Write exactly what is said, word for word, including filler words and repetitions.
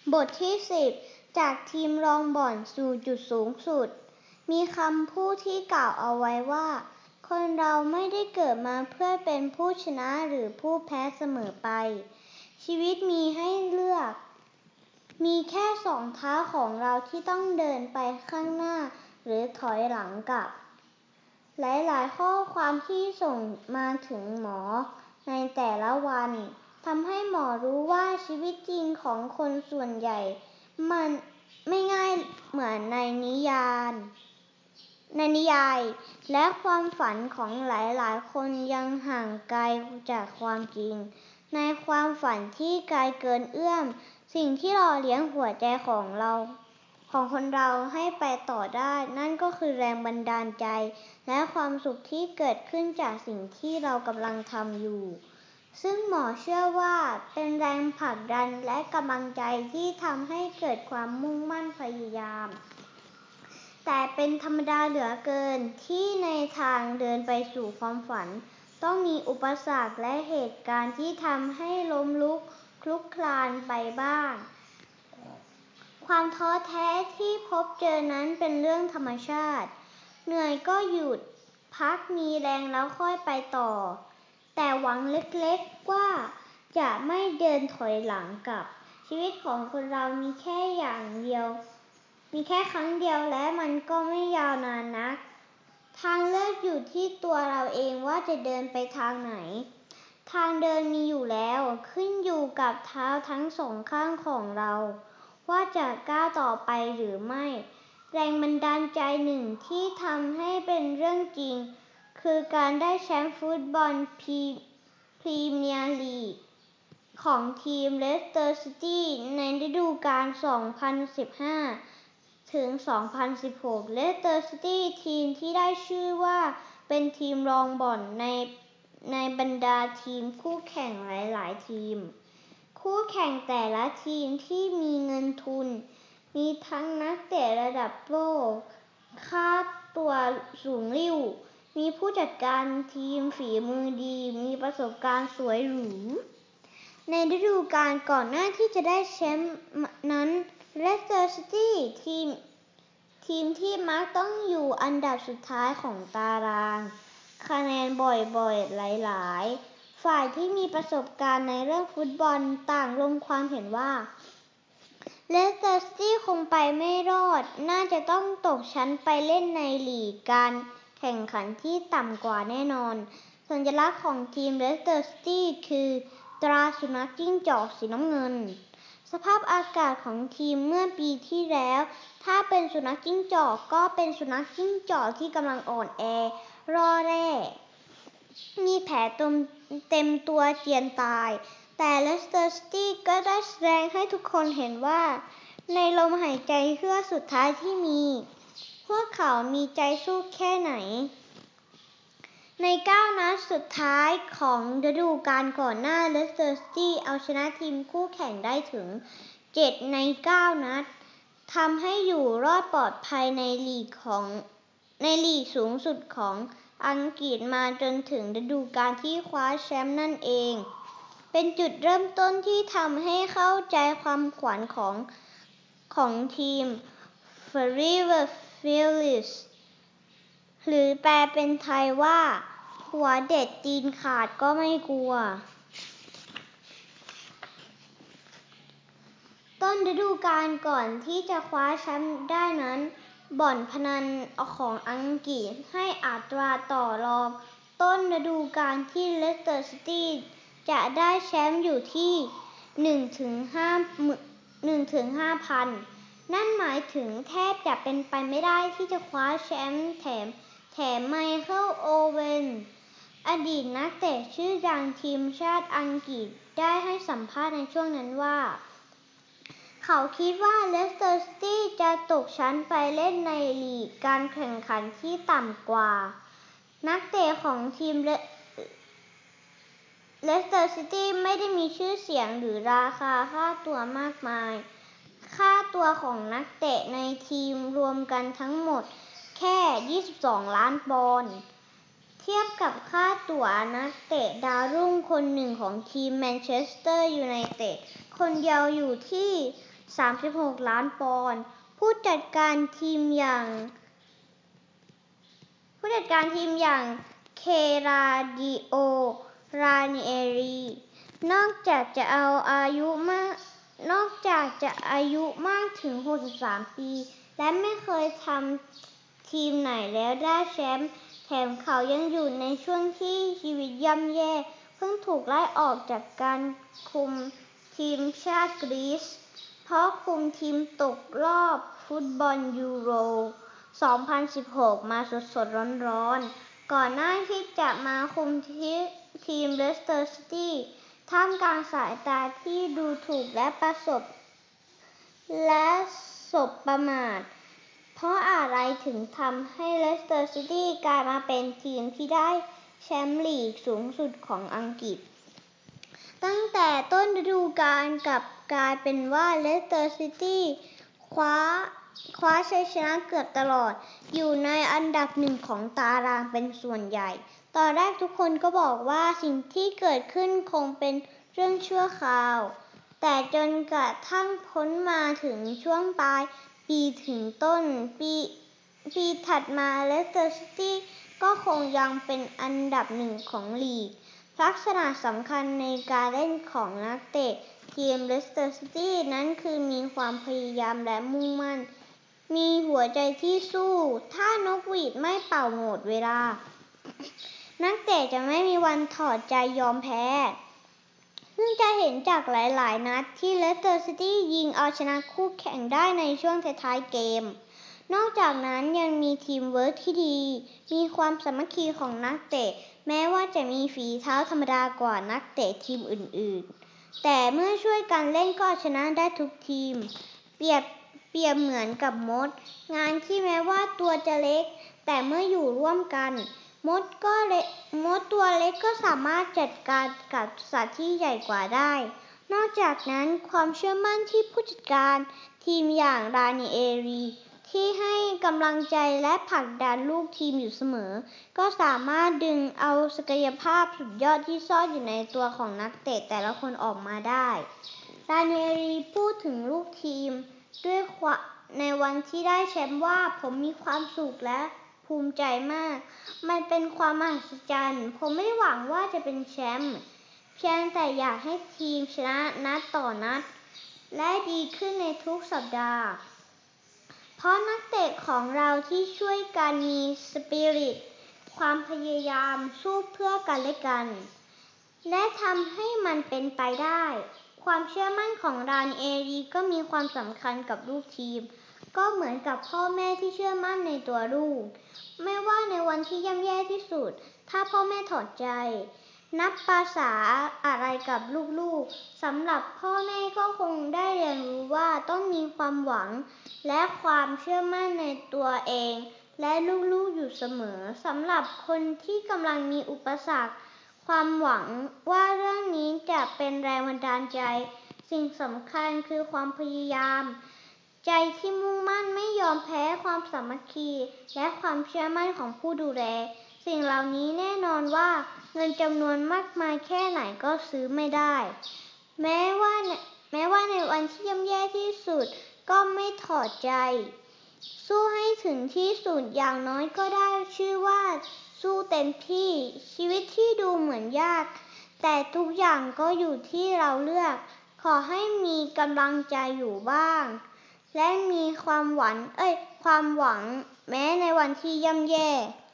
บทที่สิบจากทีมรองบอลสู่จุดสูงสุดมีคำพูดที่กล่าวเอาไว้ว่าคนเราไม่ได้เกิดมาเพื่อเป็นผู้ชนะหรือผู้แพ้เสมอไปชีวิตมีให้เลือกมีแค่สองเท้าของเราที่ต้องเดินไปข้างหน้าหรือถอยหลังกลับหลายๆข้อความที่ส่งมาถึงหมอในแต่ละวันทำให้หมอรู้ว่าชีวิตจริงของคนส่วนใหญ่มันไม่ง่ายเหมือนในนิยายในนิยายและความฝันของหลายๆคนยังห่างไกลจากความจริงในความฝันที่ไกลเกินเอื้อมสิ่งที่หล่อเลี้ยงหัวใจของเราของคนเราให้ไปต่อได้นั่นก็คือแรงบันดาลใจและความสุขที่เกิดขึ้นจากสิ่งที่เรากำลังทำอยู่ซึ่งหมอเชื่อว่าเป็นแรงผลักดันและกำลังใจที่ทำให้เกิดความมุ่งมั่นพยายามแต่เป็นธรรมดาเหลือเกินที่ในทางเดินไปสู่ความฝันต้องมีอุปสรรคและเหตุการณ์ที่ทำให้ล้มลุกคลุกคลานไปบ้างความท้อแท้ที่พบเจอนั้นเป็นเรื่องธรรมชาติเหนื่อยก็หยุดพักมีแรงแล้วค่อยไปต่อแต่หวังเล็กๆว่าจะไม่เดินถอยหลังกลับชีวิตของคนเรามีแค่อย่างเดียวมีแค่ครั้งเดียวและมันก็ไม่ยาวนานนักทางเลือกอยู่ที่ตัวเราเองว่าจะเดินไปทางไหนทางเดินมีอยู่แล้วขึ้นอยู่กับเท้าทั้งสองข้างของเราว่าจะก้าวต่อไปหรือไม่แรงบันดาลใจหนึ่งที่ทำให้เป็นเรื่องจริงคือการได้แชมป์ฟุตบอลพรีเมียร์ลีกของทีมเลสเตอร์ซิตี้ในฤดูกาล สองพันสิบห้า ถึง สองพันสิบหก เลสเตอร์ซิตี้ทีมที่ได้ชื่อว่าเป็นทีมรองบอลในในบรรดาทีมคู่แข่งหลายๆทีมคู่แข่งแต่ละทีมที่มีเงินทุนมีทั้งนักเตะระดับโลกค่าตัวสูงลิ่วมีผู้จัดการทีมฝีมือดีมีประสบการณ์สวยหรูในฤดูกาลก่อนหน้าที่จะได้แชมป์นั้นเลสเตอร์ซิตี้ทีมทีมที่มักต้องอยู่อันดับสุดท้ายของตารางคะแนนบ่อยๆหลายๆฝ่ายที่มีประสบการณ์ในเรื่องฟุตบอลต่างลงความเห็นว่าเลสเตอร์ซิตี้คงไปไม่รอดน่าจะต้องตกชั้นไปเล่นในลีกการแข่งขันที่ต่ำกว่าแน่นอนสัญลักษณ์ของทีมเลสเตอร์ซิตี้คือตราสุนัขจิ้งจอกสีน้ำเงินสภาพอากาศของทีมเมื่อปีที่แล้วถ้าเป็นสุนัขจิ้งจอกก็เป็นสุนัขจิ้งจอกที่กำลังอ่อนแอร่อแร่มีแผลเต็มตัวเจียนตายแต่เลสเตอร์ซิตี้ก็ได้แสดงให้ทุกคนเห็นว่าในลมหายใจเฮือกสุดท้ายที่มีพวกเขามีใจสู้แค่ไหนในเก้านัดสุดท้ายของฤดูกาลก่อนหน้าเลสเตอร์ซิตี้เอาชนะทีมคู่แข่งได้ถึงเจ็ดในเก้านัดทำให้อยู่รอดปลอดภัยในลีกของในลีกสูงสุดของอังกฤษมาจนถึงฤดูกาลที่คว้าแชมป์นั่นเองเป็นจุดเริ่มต้นที่ทำให้เข้าใจความขวัญของของทีม Forever Fearless หรือแปลเป็นไทยว่าหัวเด็ดตีนขาดก็ไม่กลัวต้นฤดูกาลก่อนที่จะคว้าแชมป์ได้นั้นบ่อนพนันของอังกฤษให้อัตราต่อรองต้นฤดูกาลที่เลสเตอร์ซิตี้จะได้แชมป์อยู่ที่ หนึ่งถึงห้า พันนั่นหมายถึงแทบจะเป็นไปไม่ได้ที่จะคว้าแชมป์แถมแถมไมเคิลโอเวนอดีตนักเตะชื่อดังทีมชาติอังกฤษได้ให้สัมภาษณ์ในช่วงนั้นว่าเขาคิดว่าเลสเตอร์ซิตี้จะตกชั้นไปเล่นในลีกการแข่งขันที่ต่ำกว่านักเตะของทีมเลสเตอร์ซิตี้ไม่ได้มีชื่อเสียงหรือราคาค่าตัวมากมายค่าตัวของนักเตะในทีมรวมกันทั้งหมดแค่ยี่สิบสองล้านปอนด์เทียบกับค่าตั๋วนักเตะดาวรุ่งคนหนึ่งของทีมแมนเชสเตอร์ยูไนเต็ดคนเดียวอยู่ที่สามสิบหก ล้านปอนด์ผู้จัดการทีมอย่างผู้จัดการทีมอย่างเคราดิโอ รานิเอรีนอกจากจะเอาอายุมากนอกจากจะอายุมากถึง หกสิบสาม ปีและไม่เคยทำทีมไหนแล้วได้แชมป์แถมเขายังอยู่ในช่วงที่ชีวิตย่ำแย่เพิ่งถูกไล่ออกจากการคุมทีมชาติกรีซเพราะคุมทีมตกรอบฟุตบอลยูโร สองพันสิบหก มาสดๆร้อนๆก่อนหน้าที่จะมาคุมทีมเลสเตอร์ซิตี้ท่ามกลางสายตาที่ดูถูกและประสบและสบประมาทเพราะอะไรถึงทำให้เลสเตอร์ซิตี้กลายมาเป็นทีมที่ได้แชมป์ลีกสูงสุดของอังกฤษตั้งแต่ต้นฤดูกาลกลับกลายเป็นว่าเลสเตอร์ซิตี้คว้าคว้าชัยชนะเกือบตลอดอยู่ในอันดับหนึ่งของตารางเป็นส่วนใหญ่ตอนแรกทุกคนก็บอกว่าสิ่งที่เกิดขึ้นคงเป็นเรื่องชั่วคราวแต่จนกระทั่งพ้นมาถึงช่วงปลายปีถึงต้นปีปีถัดมาเลสเตอร์ซิตี้ก็คงยังเป็นอันดับหนึ่งของลีกลักษณะสำคัญในการเล่นของนักเตะทีมเลสเตอร์ซิตี้นั้นคือมีความพยายามและมุ่งมั่นมีหัวใจที่สู้ถ้านกหวีดไม่เป่าหมดเวลานักเตะจะไม่มีวันถอดใจยอมแพ้ซึ่งจะเห็นจากหลายๆนัดที่เลสเตอร์ซิตี้ยิงเอาชนะคู่แข่งได้ในช่วงท้ายๆเกมนอกจากนั้นยังมีทีมเวิร์คที่ดีมีความสามัคคีของนักเตะแม้ว่าจะมีฝีเท้าธรรมดากว่านักเตะทีมอื่นๆแต่เมื่อช่วยกันเล่นก็ชนะได้ทุกทีมเปรียบเปรียบเหมือนกับมดงานที่แม้ว่าตัวจะเล็กแต่เมื่ออยู่ร่วมกันมดก็เล็กมดตัวเล็กก็สามารถจัดการกับสัตว์ที่ใหญ่กว่าได้นอกจากนั้นความเชื่อมั่นที่ผู้จัดการทีมอย่างรานิเอรีที่ให้กำลังใจและผลักดันลูกทีมอยู่เสมอก็สามารถดึงเอาศักยภาพสุดยอดที่ซ่อนอยู่ในตัวของนักเตะแต่ละคนออกมาได้รานิเอรีพูดถึงลูกทีมด้วยในวันที่ได้แชมป์ว่าผมมีความสุขและภูมิใจมากมันเป็นความมหัศจรรย์ผมไม่ได้หวังว่าจะเป็นแชมป์เพียงแต่อยากให้ทีมชนะนัดต่อนัดและดีขึ้นในทุกสัปดาห์เพราะนักเตะของเราที่ช่วยกันมีสปิริตความพยายามสู้เพื่อกันและกันและทำให้มันเป็นไปได้ความเชื่อมั่นของรานิเอรีก็มีความสำคัญกับลูกทีมก็เหมือนกับพ่อแม่ที่เชื่อมั่นในตัวลูกไม่ว่าในวันที่ย่ำแย่ที่สุดถ้าพ่อแม่ถอดใจนับภาษาอะไรกับลูกๆสำหรับพ่อแม่ก็คงได้เรียนรู้ว่าต้องมีความหวังและความเชื่อมั่นในตัวเองและลูกๆอยู่เสมอสำหรับคนที่กำลังมีอุปสรรคความหวังว่าเรื่องนี้จะเป็นแรงบันดาลใจสิ่งสำคัญคือความพยายามใจที่มุ่งมั่นไม่ยอมแพ้ความสามัคคีและความเชื่อมั่นของผู้ดูแลสิ่งเหล่านี้แน่นอนว่าเงินจำนวนมากมายแค่ไหนก็ซื้อไม่ได้แม้ว่าแม้ว่าในวันที่ย่ำแย่ที่สุดก็ไม่ถอดใจสู้ให้ถึงที่สุดอย่างน้อยก็ได้ชื่อว่าสู้เต็มที่ชีวิตที่ดูเหมือนยากแต่ทุกอย่างก็อยู่ที่เราเลือกขอให้มีกำลังใจอยู่บ้างและมีความหวังเอ้ยความหวังแม้ในวันที่ย่ำแย่